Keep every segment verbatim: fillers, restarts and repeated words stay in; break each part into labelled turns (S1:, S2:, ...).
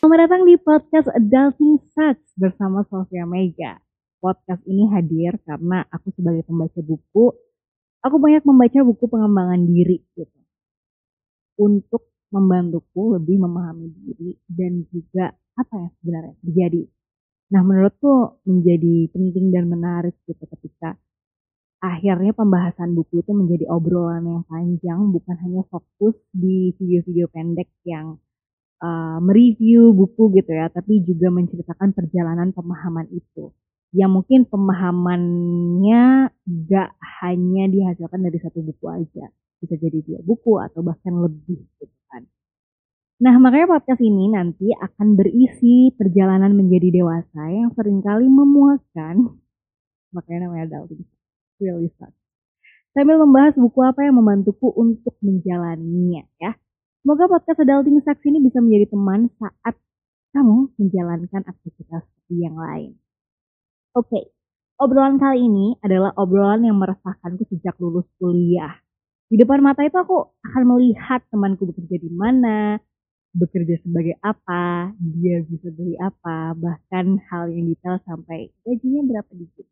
S1: Selamat datang di podcast Adulting Sucks bersama Sofia Mega. Podcast ini hadir karena aku sebagai pembaca buku, aku banyak membaca buku pengembangan diri gitu. Untuk membantuku lebih memahami diri dan juga apa yang sebenarnya terjadi. Nah, menurutku menjadi penting dan menarik gitu ketika akhirnya pembahasan buku itu menjadi obrolan yang panjang, bukan hanya fokus di video-video pendek yang uh, mereview buku gitu ya, tapi juga menceritakan perjalanan pemahaman itu. Yang mungkin pemahamannya gak hanya dihasilkan dari satu buku aja. Bisa jadi dua buku atau bahkan lebih gitu kan. Nah, makanya podcast ini nanti akan berisi perjalanan menjadi dewasa yang seringkali memuaskan. Makanya namanya adulting. Really sucks. Sambil membahas buku apa yang membantuku untuk menjalaninya ya. Semoga podcast Adulting Sucks ini bisa menjadi teman saat kamu menjalankan aktivitas yang lain. Oke, okay. Obrolan kali ini adalah obrolan yang meresahkanku sejak lulus kuliah. Di depan mata itu aku akan melihat temanku bekerja di mana, bekerja sebagai apa, dia bisa beli apa, bahkan hal yang detail sampai gajinya berapa digit.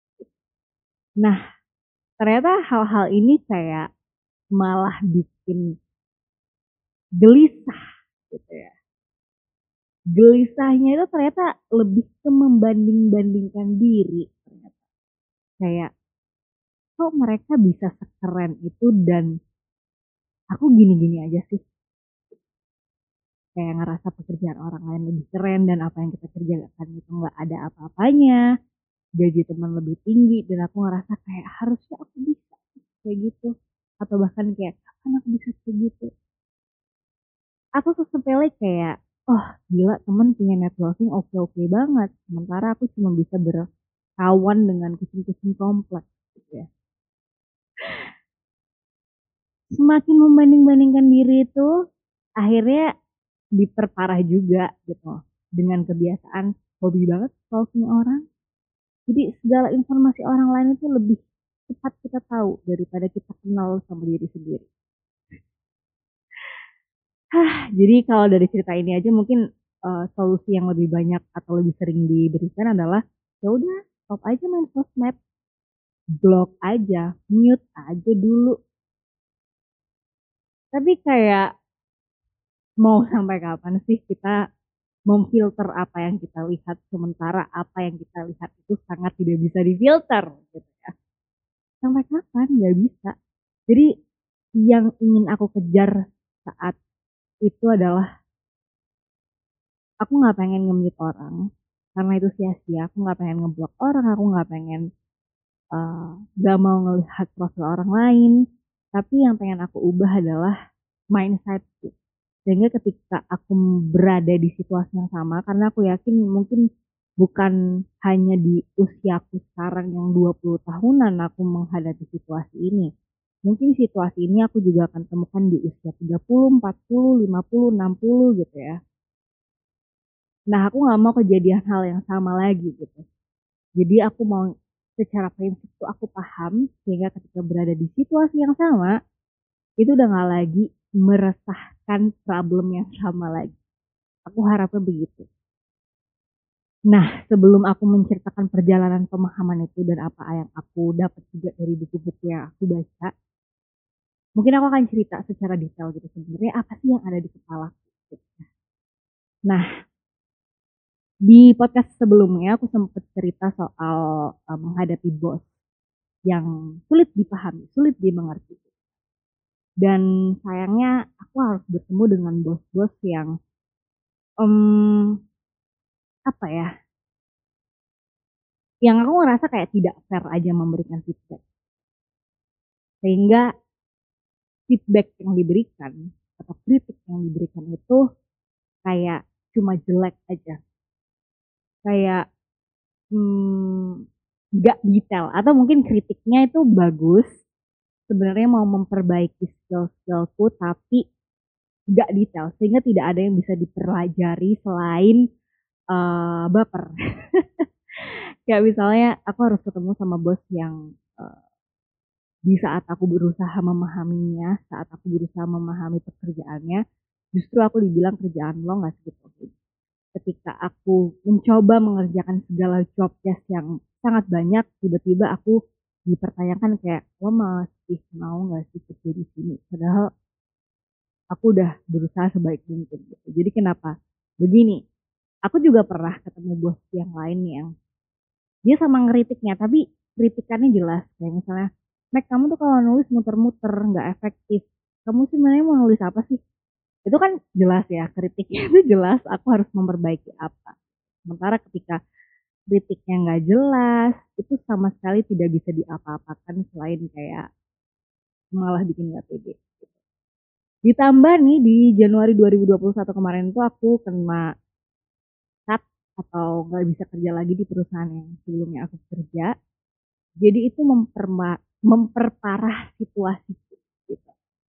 S1: Nah, ternyata hal-hal ini kayak malah bikin gelisah gitu ya. Gelisahnya itu ternyata lebih ke membanding-bandingkan diri ternyata. Kayak kok mereka bisa sekeren itu dan aku gini-gini aja sih. Kayak ngerasa pekerjaan orang lain lebih keren dan apa yang kita kerjakan itu nggak ada apa-apanya. Gaji teman lebih tinggi dan aku ngerasa kayak harusnya aku bisa kayak gitu. Atau bahkan kayak kapan aku bisa kayak gitu. Aku sesepele kayak oh gila temen punya networking oke-oke banget. Sementara aku cuma bisa berkawan dengan kucing-kucing kompleks gitu ya. Semakin membanding-bandingkan diri itu akhirnya diperparah juga gitu dengan kebiasaan hobi banget stalking orang. Jadi segala informasi orang lain itu lebih cepat kita tahu daripada kita kenal sama diri sendiri. Hah, jadi kalau dari cerita ini aja mungkin uh, solusi yang lebih banyak atau lebih sering diberikan adalah ya udah stop aja main sosmed, block aja, mute aja dulu. Tapi kayak mau sampai kapan sih kita memfilter apa yang kita lihat sementara apa yang kita lihat itu sangat tidak bisa difilter gitu ya. Sampai kapan? Nggak bisa. Jadi yang ingin aku kejar saat itu adalah aku nggak pengen nge-mute orang karena itu sia-sia. Aku nggak pengen ngeblok orang, aku nggak pengen uh, nggak mau ngelihat profil orang lain. Tapi yang pengen aku ubah adalah mindsetku. Sehingga ketika aku berada di situasi yang sama, karena aku yakin mungkin bukan hanya di usiaku sekarang yang dua puluh tahunan aku menghadapi situasi ini. Mungkin situasi ini aku juga akan temukan di usia tiga puluh, empat puluh, lima puluh, enam puluh gitu ya. Nah aku gak mau kejadian hal yang sama lagi gitu. Jadi aku mau secara prinsip tuh aku paham sehingga ketika berada di situasi yang sama, itu udah gak lagi meresahkan problem yang sama lagi. Aku harapnya begitu. Nah, sebelum aku menceritakan perjalanan pemahaman itu dan apa yang aku dapat juga dari buku-buku yang aku baca, mungkin aku akan cerita secara detail gitu sebenarnya apa sih yang ada di kepala. Nah, di podcast sebelumnya aku sempat cerita soal uh, menghadapi bos yang sulit dipahami, sulit dimengerti. Dan sayangnya aku harus bertemu dengan bos-bos yang um, apa ya, yang aku ngerasa kayak tidak fair aja memberikan feedback. Sehingga feedback yang diberikan atau kritik yang diberikan itu kayak cuma jelek aja. Kayak hmm, gak detail. Atau mungkin kritiknya itu bagus. Sebenarnya mau memperbaiki skill-skillku tapi gak detail. Sehingga tidak ada yang bisa dipelajari selain uh, baper. Kayak misalnya aku harus ketemu sama bos yang uh, di saat aku berusaha memahaminya, saat aku berusaha memahami pekerjaannya, justru aku dibilang kerjaan lo nggak segitu. ketika aku mencoba mengerjakan segala job desk yang sangat banyak, tiba-tiba aku dipertanyakan kayak, "Lo masih mau nggak sih kerja di sini?" Padahal aku udah berusaha sebaik mungkin gitu. Jadi kenapa? Begini, aku juga pernah ketemu bos yang lain yang dia sama ngeritiknya, tapi kritikannya jelas. Kayak misalnya, "Mek, kamu tuh kalau nulis muter-muter, nggak efektif. Kamu sebenarnya mau nulis apa sih?" Itu kan jelas ya, kritiknya itu jelas aku harus memperbaiki apa. Sementara ketika kritiknya nggak jelas, itu sama sekali tidak bisa diapa-apakan selain kayak malah bikin nggak pede. Ditambah nih di Januari dua ribu dua puluh satu kemarin tuh aku kena cut atau nggak bisa kerja lagi di perusahaan yang sebelumnya aku kerja. Jadi itu memperma memperparah situasi gitu.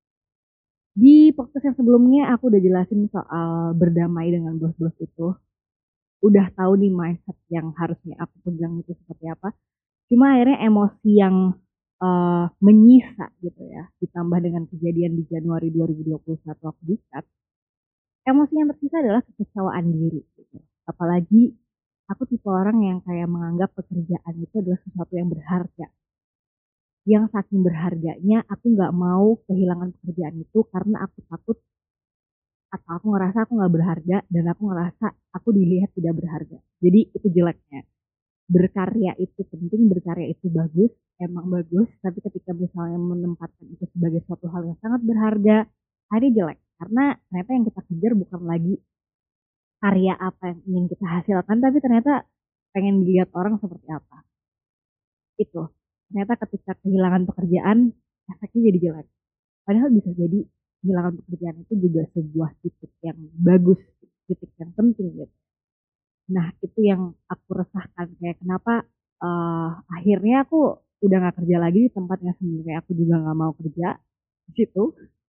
S1: Di podcast yang sebelumnya aku udah jelasin soal berdamai dengan bos-bos itu. Udah tahu nih mindset yang harusnya aku pegang itu seperti apa. Cuma akhirnya emosi yang eee, menyisa gitu ya, ditambah dengan kejadian di Januari dua ribu dua puluh satu aku di-cut, emosi yang tersisa adalah kekecewaan diri gitu. Apalagi aku tipe orang yang kayak menganggap pekerjaan itu adalah sesuatu yang berharga. Yang saking berharganya aku nggak mau kehilangan pekerjaan itu karena aku takut atau aku ngerasa aku nggak berharga dan aku ngerasa aku dilihat tidak berharga. Jadi itu jeleknya. Berkarya itu penting, berkarya itu bagus, emang bagus, tapi ketika misalnya menempatkan itu sebagai suatu hal yang sangat berharga, akhirnya jelek. Karena ternyata yang kita kejar bukan lagi karya apa yang ingin kita hasilkan, tapi ternyata pengen dilihat orang seperti apa. Itu. Ternyata ketika kehilangan pekerjaan, efeknya jadi jelek. Padahal bisa jadi kehilangan pekerjaan itu juga sebuah titik yang bagus, titik yang penting gitu. Nah, itu yang aku resahkan kayak kenapa, eee, akhirnya aku udah nggak kerja lagi di tempat yang sebenarnya aku juga nggak mau kerja, di situ.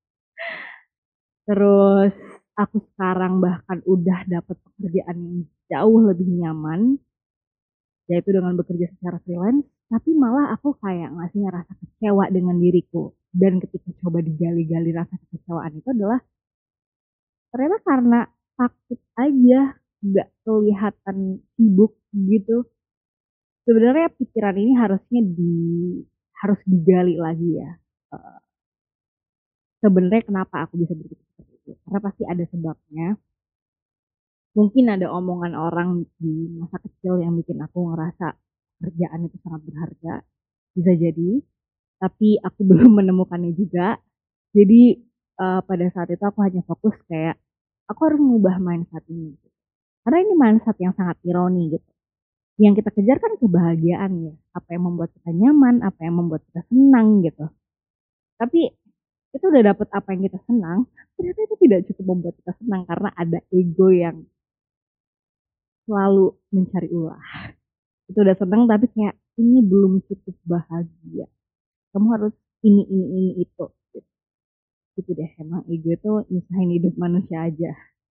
S1: Terus aku sekarang bahkan udah dapet pekerjaan yang jauh lebih nyaman, yaitu dengan bekerja secara freelance, tapi malah aku kayak ngasih ngerasa kecewa dengan diriku. Dan ketika coba digali-gali rasa kekecewaan itu adalah ternyata karena takut aja, nggak kelihatan sibuk gitu. Sebenarnya pikiran ini harusnya di harus digali lagi ya, eee, sebenarnya kenapa aku bisa berpikir seperti itu, karena pasti ada sebabnya. Mungkin ada omongan orang di masa kecil yang bikin aku ngerasa kerjaan itu sangat berharga, bisa jadi, tapi aku belum menemukannya juga. Jadi, eee, pada saat itu aku hanya fokus kayak, aku harus mengubah mindset ini, karena ini mindset yang sangat ironi gitu. Yang kita kejar kan kebahagiaan ya, apa yang membuat kita nyaman, apa yang membuat kita senang gitu. Tapi itu udah dapet apa yang kita senang, ternyata itu tidak cukup membuat kita senang karena ada ego yang selalu mencari ulah. Itu udah senang tapi kayak ini belum cukup bahagia. Kamu harus ini ini ini itu. Gitu, gitu deh emang ego itu nyusahin hidup manusia aja.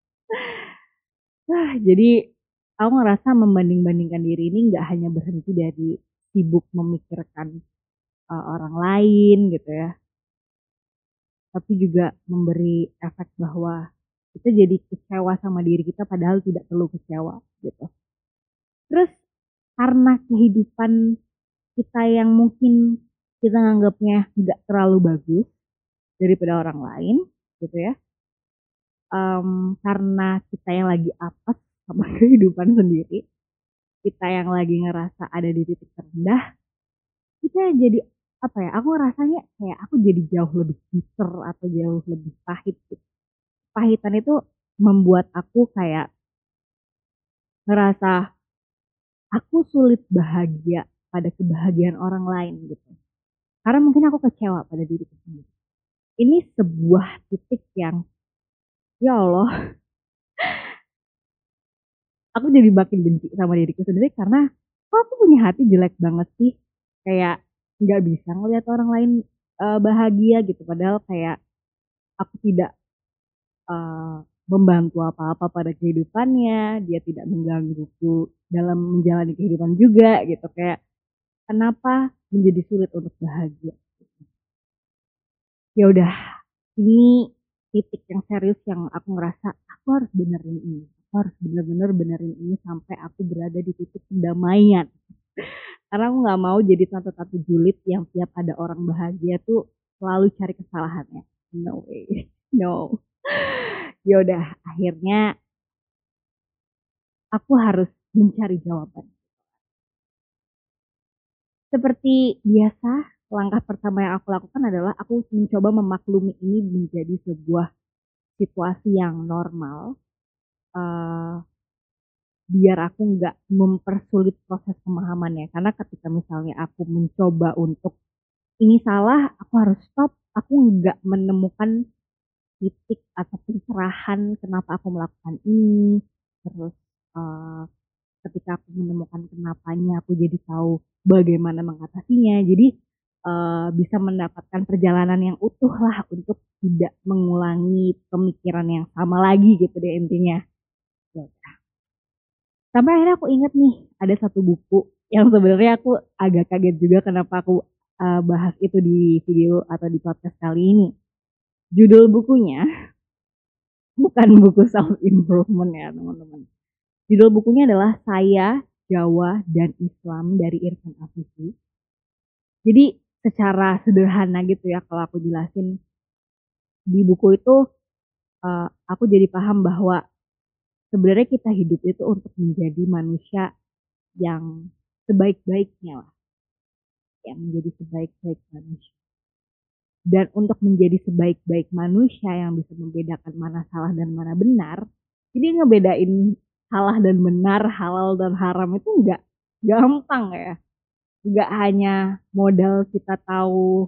S1: Nah, jadi aku ngerasa membanding-bandingkan diri ini nggak hanya berhenti dari sibuk memikirkan eee, orang lain gitu ya, tapi juga memberi efek bahwa kita jadi kecewa sama diri kita padahal tidak perlu kecewa gitu. Terus karena kehidupan kita yang mungkin kita nganggapnya nggak terlalu bagus daripada orang lain gitu ya, mmm, karena kita yang lagi apes sama kehidupan sendiri, kita yang lagi ngerasa ada di titik terendah, kita jadi apa ya, aku rasanya kayak aku jadi jauh lebih bitter atau jauh lebih pahit gitu. Kepahitan itu membuat aku kayak ngerasa aku sulit bahagia pada kebahagiaan orang lain gitu. Karena mungkin aku kecewa pada diriku sendiri. Ini sebuah titik yang, ya Allah, aku jadi makin benci sama diriku sendiri karena kok aku punya hati jelek banget sih. Kayak nggak bisa ngelihat orang lain eee, bahagia gitu. Padahal kayak aku tidak eee, membantu apa-apa pada kehidupannya, dia tidak menggangguku dalam menjalani kehidupan juga gitu, kayak kenapa menjadi sulit untuk bahagia. Ya udah, ini titik yang serius yang aku ngerasa aku harus benerin ini. aku harus bener-bener benerin ini sampai aku berada di titik pendamaian. Karena aku nggak mau jadi tante-tante julid yang tiap ada orang bahagia tuh selalu cari kesalahannya. No way, no. Ya udah, akhirnya aku harus mencari jawaban. Seperti biasa, langkah pertama yang aku lakukan adalah aku mencoba memaklumi ini menjadi sebuah situasi yang normal, eee, biar aku nggak mempersulit proses pemahamannya. Karena ketika misalnya aku mencoba untuk, "Ini salah, aku harus stop," aku nggak menemukan titik atau pencerahan kenapa aku melakukan ini, terus, eee, ketika aku menemukan kenapanya aku jadi tahu bagaimana mengatasinya. Jadi, eee, bisa mendapatkan perjalanan yang utuh lah untuk tidak mengulangi pemikiran yang sama lagi gitu deh intinya. Ya udah. Sampai akhirnya aku inget nih ada satu buku yang sebenarnya aku agak kaget juga kenapa aku, eee, bahas itu di video atau di podcast kali ini. Judul bukunya bukan buku self improvement ya teman-teman. Judul bukunya adalah Saya, Jawa, dan Islam dari Irfan Afifi. Jadi secara sederhana gitu ya kalau aku jelasin, di buku itu, eee, aku jadi paham bahwa sebenarnya kita hidup itu untuk menjadi manusia yang sebaik-baiknya lah, yang menjadi sebaik-baik manusia. Dan untuk menjadi sebaik-baik manusia yang bisa membedakan mana salah dan mana benar, jadi ngebedain salah dan benar, halal dan haram itu nggak gampang ya. Nggak hanya modal kita tahu,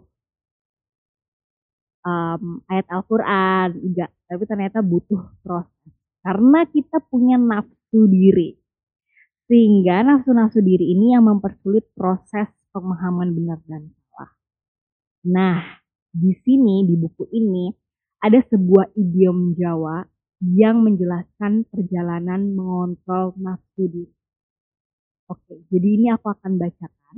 S1: mmm, ayat Al-Qur'an, enggak, tapi ternyata butuh proses. Karena kita punya nafsu diri, sehingga nafsu-nafsu diri ini yang mempersulit proses pemahaman benar dan salah. Nah, di sini, di buku ini, ada sebuah idiom Jawa yang menjelaskan perjalanan mengontrol nafsu diri. Oke, jadi ini aku akan bacakan.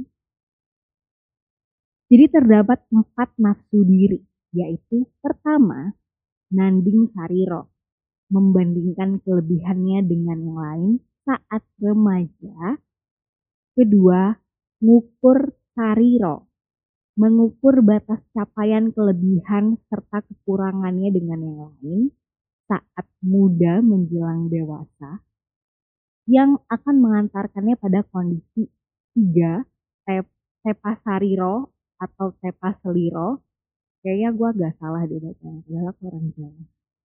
S1: Jadi terdapat empat nafsu diri, yaitu pertama, nanding sariro, membandingkan kelebihannya dengan yang lain saat remaja. Kedua, ngukur sariro, mengukur batas capaian kelebihan serta kekurangannya dengan yang lain saat muda menjelang dewasa, yang akan mengantarkannya pada kondisi tiga, tepa sariro atau tepa seliro. Kayaknya gue agak salah deh bacanya, padahal aku orang Jawa.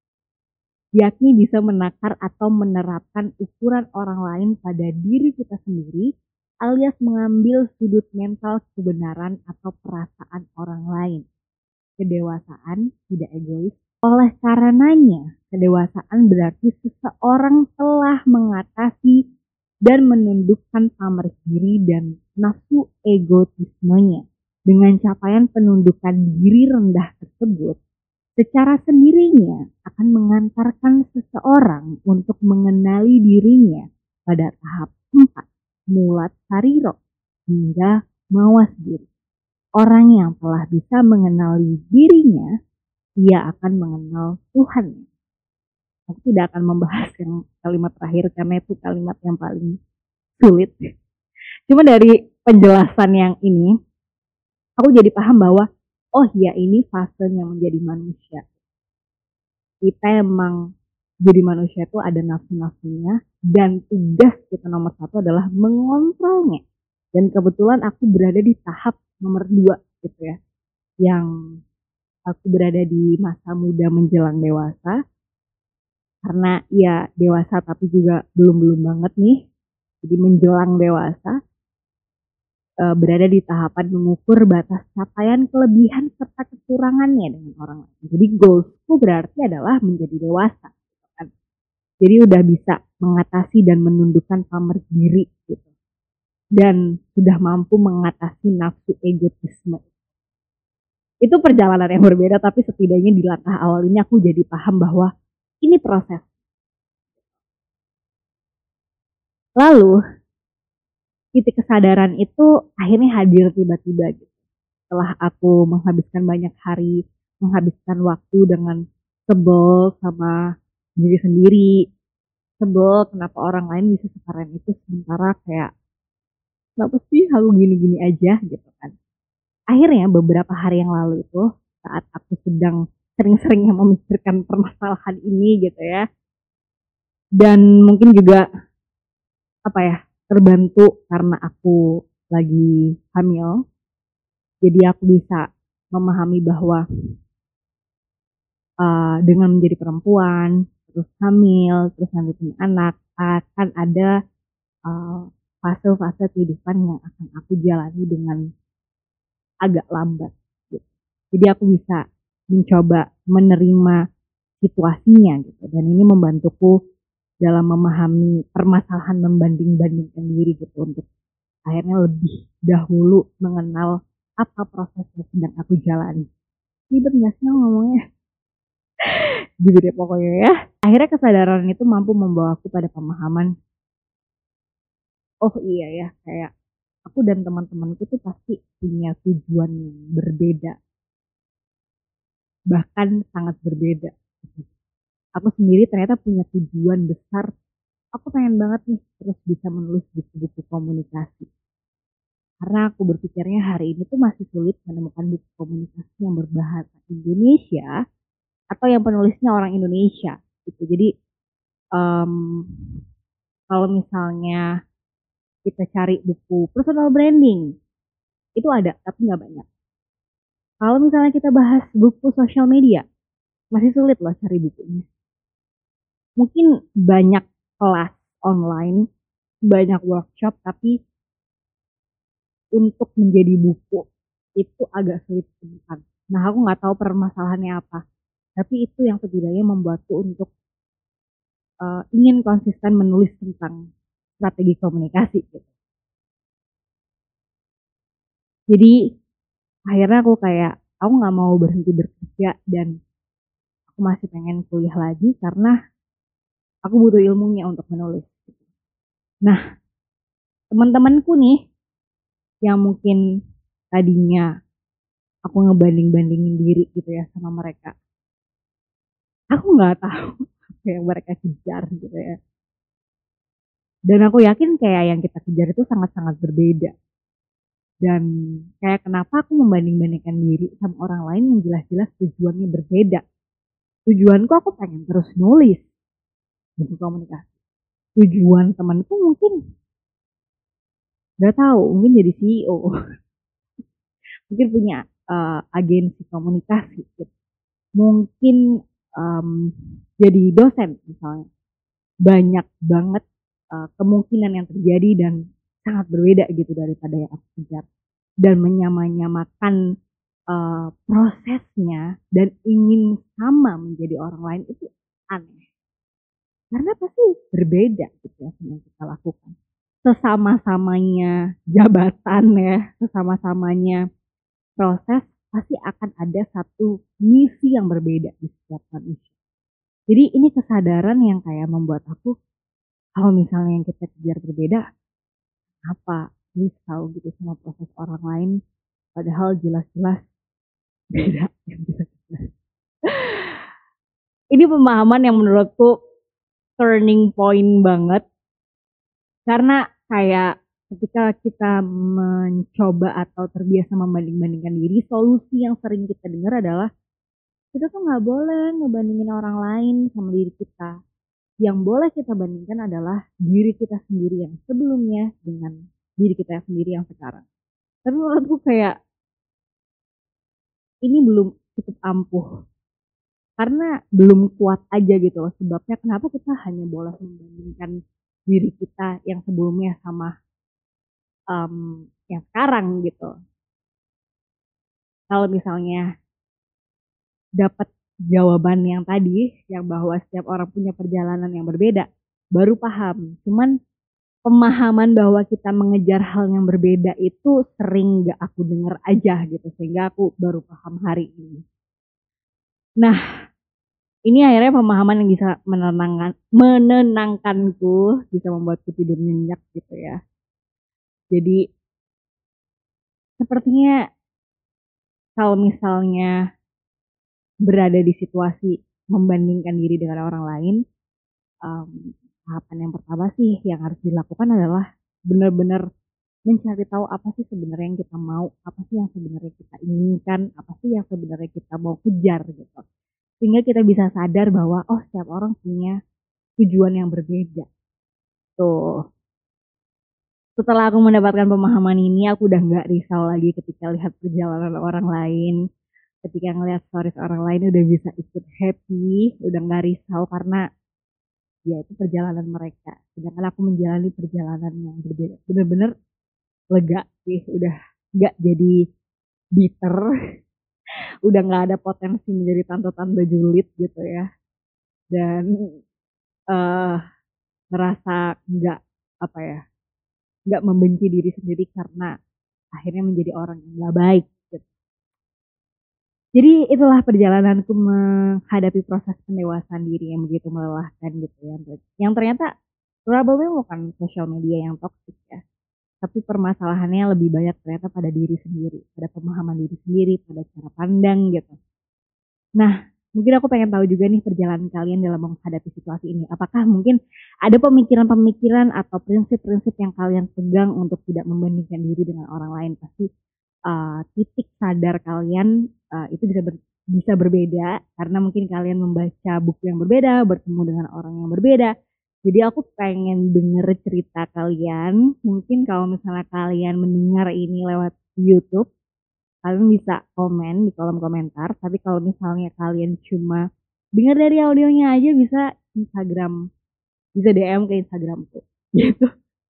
S1: Yakni bisa menakar atau menerapkan ukuran orang lain pada diri kita sendiri, alias mengambil sudut mental kebenaran atau perasaan orang lain. Kedewasaan tidak egois. Oleh karenanya, kedewasaan berarti seseorang telah mengatasi dan menundukkan pamrih diri dan nafsu egotismenya. Dengan capaian penundukan diri rendah tersebut, secara sendirinya akan mengantarkan seseorang untuk mengenali dirinya pada tahap empat, mulat sariro, hingga mawas diri. Orang yang telah bisa mengenali dirinya, ia akan mengenal Tuhan. Aku tidak akan membahas yang kalimat terakhir karena itu kalimat yang paling sulit. Cuma dari penjelasan yang ini, aku jadi paham bahwa oh ya ini fasenya menjadi manusia. Kita emang jadi manusia itu ada nafsu-nafsunya dan tugas kita nomor satu adalah mengontrolnya. Dan kebetulan aku berada di tahap nomor dua gitu ya, yang aku berada di masa muda menjelang dewasa. Karena ya dewasa tapi juga belum-belum banget nih, jadi menjelang dewasa, e, berada di tahapan mengukur batas capaian kelebihan serta kekurangannya dengan orang lain. Jadi goalsku berarti adalah menjadi dewasa. Kan? Jadi udah bisa mengatasi dan menundukkan pamrih diri gitu. Dan sudah mampu mengatasi nafsu egotisme. Itu perjalanan yang berbeda, tapi setidaknya di langkah awal ini aku jadi paham bahwa ini proses. Lalu, titik kesadaran itu akhirnya hadir tiba-tiba gitu. Setelah aku menghabiskan banyak hari, menghabiskan waktu dengan sebel sama diri sendiri, sebel kenapa orang lain bisa sekeren itu sementara kayak kenapa sih aku gini-gini aja gitu kan. Akhirnya beberapa hari yang lalu itu saat aku sedang sering-seringnya memikirkan permasalahan ini gitu ya. Dan mungkin juga apa ya, terbantu karena aku lagi hamil. Jadi aku bisa memahami bahwa uh, dengan menjadi perempuan, terus hamil, terus nanti punya anak, akan ada uh, fase-fase kehidupan yang akan aku jalani dengan agak lambat. Gitu. Jadi aku bisa mencoba menerima situasinya gitu. Dan ini membantuku dalam memahami permasalahan membanding-bandingkan diri gitu untuk akhirnya lebih dahulu mengenal apa proses yang sedang aku jalani. Ribet gak sih ngomongnya? Gitu deh pokoknya ya. Akhirnya kesadaran itu mampu membawaku pada pemahaman, oh iya ya, kayak aku dan teman-temanku tuh pasti punya tujuan yang berbeda. Bahkan sangat berbeda. Aku sendiri ternyata punya tujuan besar. Aku pengen banget nih terus bisa menulis buku-buku komunikasi. Karena aku berpikirnya hari ini tuh masih sulit menemukan buku komunikasi yang berbahasa Indonesia atau yang penulisnya orang Indonesia gitu. Jadi um, kalau misalnya kita cari buku personal branding, itu ada tapi nggak banyak. Kalau misalnya kita bahas buku sosial media, masih sulit loh cari bukunya. Mungkin banyak kelas online, banyak workshop, tapi untuk menjadi buku itu agak sulit ditemukan. Nah aku nggak tahu permasalahannya apa, tapi itu yang setidaknya membuatku untuk uh, ingin konsisten menulis tentang strategi komunikasi gitu. Jadi akhirnya aku kayak aku nggak mau berhenti bekerja dan aku masih pengen kuliah lagi karena aku butuh ilmunya untuk menulis. Nah teman-temanku nih yang mungkin tadinya aku ngebanding-bandingin diri gitu ya sama mereka, aku nggak tahu apa yang mereka kejar gitu ya. Dan aku yakin kayak yang kita kejar itu sangat-sangat berbeda. Dan kayak kenapa aku membanding-bandingkan diri sama orang lain yang jelas-jelas tujuannya berbeda. Tujuanku aku pengen terus nulis buku komunikasi. Tujuan temanku mungkin nggak tahu, mungkin jadi C E O, mungkin punya uh, agensi komunikasi, gitu. Mungkin um, jadi dosen misalnya. Banyak banget uh, kemungkinan yang terjadi dan sangat berbeda gitu daripada yang aku kejar. Dan menyamanyamakan uh, prosesnya dan ingin sama menjadi orang lain itu aneh. Karena pasti berbeda gitu ya yang kita lakukan. Sesama-samanya jabatan ya, sesama-samanya proses, pasti akan ada satu misi yang berbeda di setiap manusia. Jadi ini kesadaran yang kayak membuat aku, kalau misalnya yang kita kejar berbeda, apa risau gitu sama proses orang lain, padahal jelas-jelas beda yang kita kejar. Ini pemahaman yang menurutku turning point banget, karena kayak ketika kita mencoba atau terbiasa membanding-bandingkan diri, solusi yang sering kita dengar adalah kita tuh nggak boleh ngebandingin orang lain sama diri kita. Yang boleh kita bandingkan adalah diri kita sendiri yang sebelumnya dengan diri kita sendiri yang sekarang. Tapi menurutku kayak ini belum cukup ampuh. Karena belum kuat aja gitu loh sebabnya kenapa kita hanya boleh membandingkan diri kita yang sebelumnya sama um, yang sekarang gitu. Kalau misalnya dapat jawaban yang tadi, yang bahwa setiap orang punya perjalanan yang berbeda, baru paham. Cuman pemahaman bahwa kita mengejar hal yang berbeda itu sering gak aku denger aja gitu, sehingga aku baru paham hari ini. Nah, ini akhirnya pemahaman yang bisa menenangkan, menenangkanku, bisa membuatku tidur nyenyak gitu ya. Jadi sepertinya kalau misalnya berada di situasi membandingkan diri dengan orang lain, um, tahapan yang pertama sih yang harus dilakukan adalah benar-benar mencari tahu apa sih sebenarnya yang kita mau, apa sih yang sebenarnya kita inginkan, apa sih yang sebenarnya kita mau kejar gitu. Sehingga kita bisa sadar bahwa oh setiap orang punya tujuan yang berbeda. Tuh. Setelah aku mendapatkan pemahaman ini, aku udah nggak risau lagi ketika lihat perjalanan orang lain, ketika ngelihat stories orang lain udah bisa ikut happy, udah nggak risau karena ya itu perjalanan mereka. Sedangkan aku menjalani perjalanan yang berbeda. Bener-bener lega sih, udah nggak jadi bitter, udah nggak ada potensi menjadi tante-tante julid gitu ya. Dan uh, ngerasa nggak apa ya, nggak membenci diri sendiri karena akhirnya menjadi orang yang nggak baik gitu. Jadi itulah perjalananku menghadapi proses pendewasaan diri yang begitu melelahkan gitu ya. Yang ternyata probably bukan sosial media yang toksik ya. Tapi permasalahannya lebih banyak ternyata pada diri sendiri, pada pemahaman diri sendiri, pada cara pandang gitu. Nah, mungkin aku pengen tahu juga nih perjalanan kalian dalam menghadapi situasi ini. Apakah mungkin ada pemikiran-pemikiran atau prinsip-prinsip yang kalian pegang untuk tidak membandingkan diri dengan orang lain? Pasti uh, titik sadar kalian uh, itu bisa ber, bisa berbeda karena mungkin kalian membaca buku yang berbeda, bertemu dengan orang yang berbeda. Jadi aku pengen denger cerita kalian. Mungkin kalau misalnya kalian mendengar ini lewat YouTube, kalian bisa komen di kolom komentar. Tapi kalau misalnya kalian cuma dengar dari audionya aja, bisa Instagram, bisa D M ke Instagramku gitu.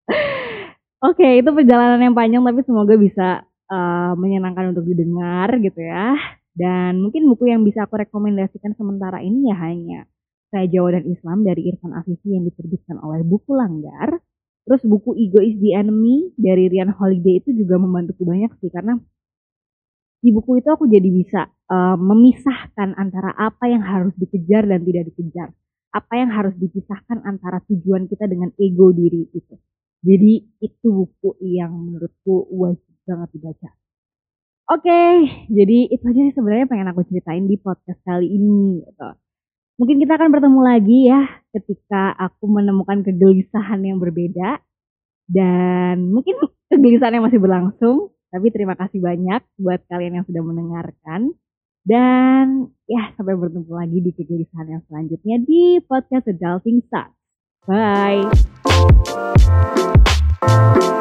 S1: Oke, itu perjalanan yang panjang tapi semoga bisa uh, menyenangkan untuk didengar gitu ya. Dan mungkin buku yang bisa aku rekomendasikan sementara ini ya hanya Saya Jawa dan Islam dari Irfan Afifi yang diterbitkan oleh Buku Langgar. Terus buku Ego is the Enemy dari Ryan Holiday itu juga membantuku banyak sih karena di buku itu aku jadi bisa uh, memisahkan antara apa yang harus dikejar dan tidak dikejar. Apa yang harus dipisahkan antara tujuan kita dengan ego diri itu. Jadi itu buku yang menurutku wajib banget dibaca. Oke, okay, jadi itu aja sebenarnya pengen aku ceritain di podcast kali ini gitu. Mungkin kita akan bertemu lagi ya ketika aku menemukan kegelisahan yang berbeda. Dan mungkin kegelisahan yang masih berlangsung. Tapi terima kasih banyak buat kalian yang sudah mendengarkan. Dan ya sampai bertemu lagi di kegelisahan yang selanjutnya di podcast Adulting Sucks. Bye.